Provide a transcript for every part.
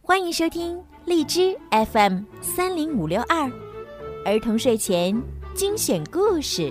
欢迎收听荔枝 FM30562儿童睡前精选故事。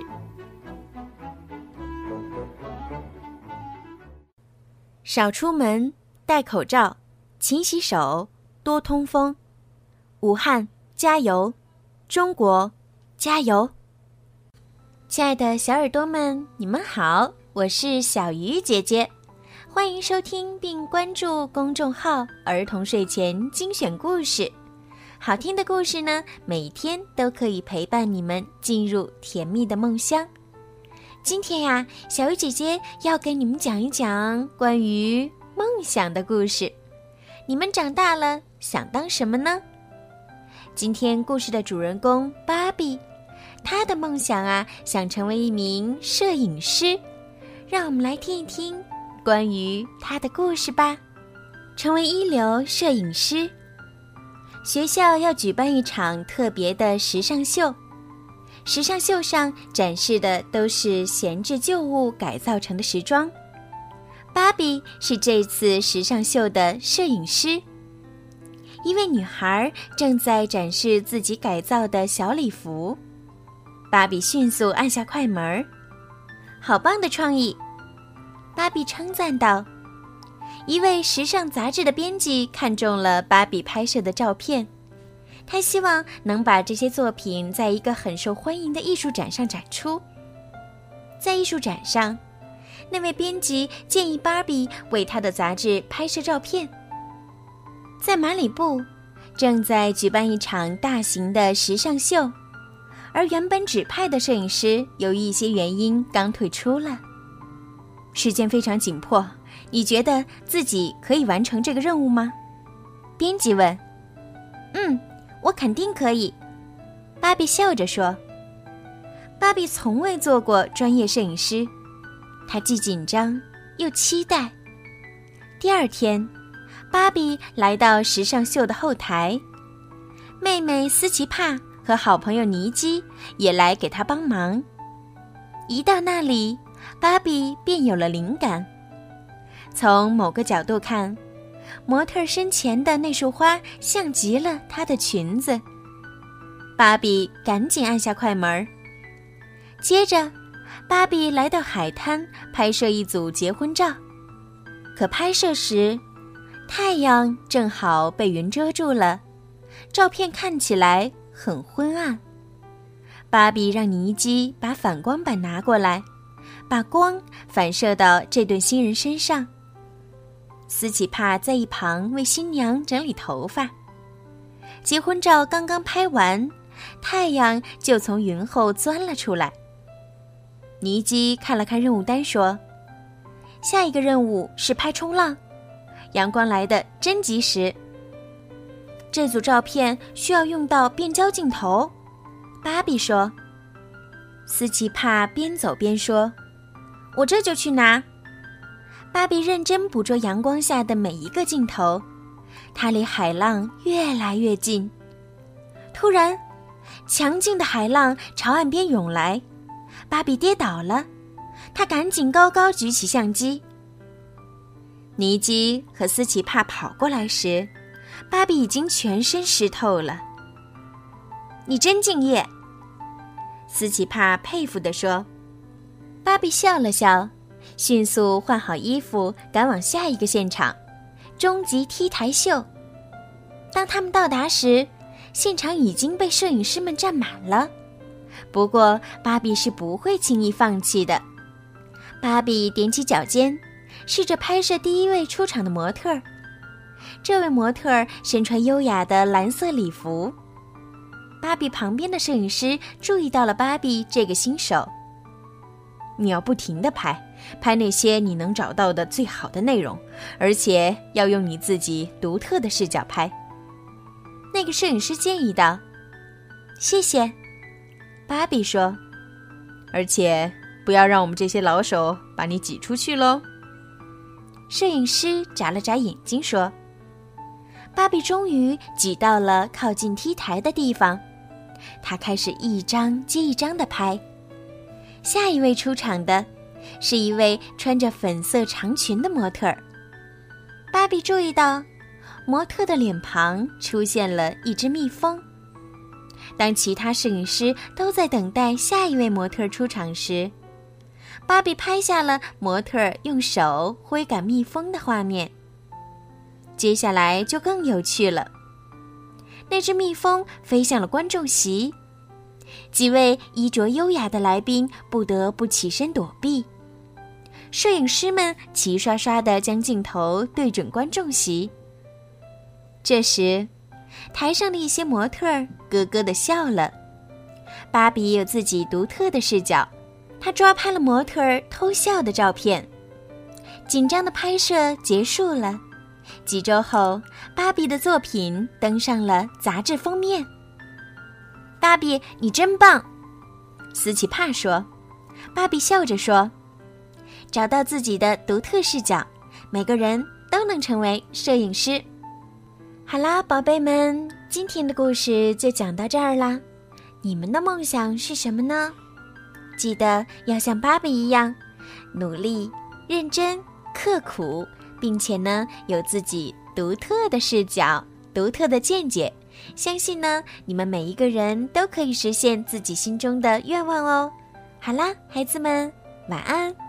少出门，戴口罩，勤洗手，多通风。武汉加油，中国加油！亲爱的小耳朵们，你们好，我是小鱼姐姐，欢迎收听并关注公众号儿童睡前精选故事。好听的故事呢，每天都可以陪伴你们进入甜蜜的梦乡。今天呀，小鱼姐姐要给你们讲一讲关于梦想的故事。你们长大了想当什么呢？今天故事的主人公芭比，她的梦想啊，想成为一名摄影师。让我们来听一听关于她的故事吧。成为一流摄影师。学校要举办一场特别的时尚秀，时尚秀上展示的都是闲置旧物改造成的时装。芭比是这次时尚秀的摄影师。一位女孩正在展示自己改造的小礼服，芭比迅速按下快门。好棒的创意，芭比称赞道。一位时尚杂志的编辑看中了芭比拍摄的照片，他希望能把这些作品在一个很受欢迎的艺术展上展出。在艺术展上，那位编辑建议芭比为他的杂志拍摄照片。在马里布，正在举办一场大型的时尚秀，而原本指派的摄影师由于一些原因刚退出了。时间非常紧迫，你觉得自己可以完成这个任务吗？编辑问。我肯定可以，芭比笑着说。芭比从未做过专业摄影师，她既紧张又期待。第二天，芭比来到时尚秀的后台，妹妹斯奇帕和好朋友尼基也来给她帮忙。一到那里，芭比便有了灵感。从某个角度看，模特身前的那束花像极了她的裙子。芭比赶紧按下快门。接着，芭比来到海滩拍摄一组结婚照。可拍摄时，太阳正好被云遮住了，照片看起来很昏暗。芭比让尼基把反光板拿过来，把光反射到这对新人身上。斯奇帕在一旁为新娘整理头发。结婚照刚刚拍完，太阳就从云后钻了出来。尼基看了看任务单说，下一个任务是拍冲浪，阳光来得真及时。这组照片需要用到变焦镜头，芭比说。斯奇帕边走边说，我这就去拿。芭比认真捕捉阳光下的每一个镜头，她离海浪越来越近。突然，强劲的海浪朝岸边涌来，芭比跌倒了，她赶紧高高举起相机。尼基和斯奇帕跑过来时，芭比已经全身湿透了。你真敬业，斯奇帕佩服地说。芭比笑了笑，迅速换好衣服，赶往下一个现场——终极 T 台秀。当他们到达时，现场已经被摄影师们占满了。不过，芭比是不会轻易放弃的。芭比踮起脚尖，试着拍摄第一位出场的模特儿。这位模特儿身穿优雅的蓝色礼服。芭比旁边的摄影师注意到了芭比这个新手。你要不停地拍那些你能找到的最好的内容，而且要用你自己独特的视角拍。那个摄影师建议道。谢谢，芭比说。而且不要让我们这些老手把你挤出去咯。摄影师眨了眨眼睛说。芭比终于挤到了靠近 T 台的地方，她开始一张接一张地拍。下一位出场的是一位穿着粉色长裙的模特儿。芭比注意到模特的脸庞出现了一只蜜蜂。当其他摄影师都在等待下一位模特出场时，芭比拍下了模特用手挥赶蜜蜂的画面。接下来就更有趣了，那只蜜蜂飞向了观众席，几位衣着优雅的来宾不得不起身躲避。摄影师们齐刷刷地将镜头对准观众席。这时，台上的一些模特咯咯地笑了。芭比有自己独特的视角，她抓拍了模特偷笑的照片。紧张的拍摄结束了，几周后，芭比的作品登上了杂志封面。芭比，你真棒！斯奇帕说。芭比笑着说，找到自己的独特视角，每个人都能成为摄影师。好啦，宝贝们，今天的故事就讲到这儿啦。你们的梦想是什么呢？记得要像芭比一样，努力、认真、刻苦，并且呢，有自己独特的视角、独特的见解。相信呢，你们每一个人都可以实现自己心中的愿望哦。好啦，孩子们，晚安。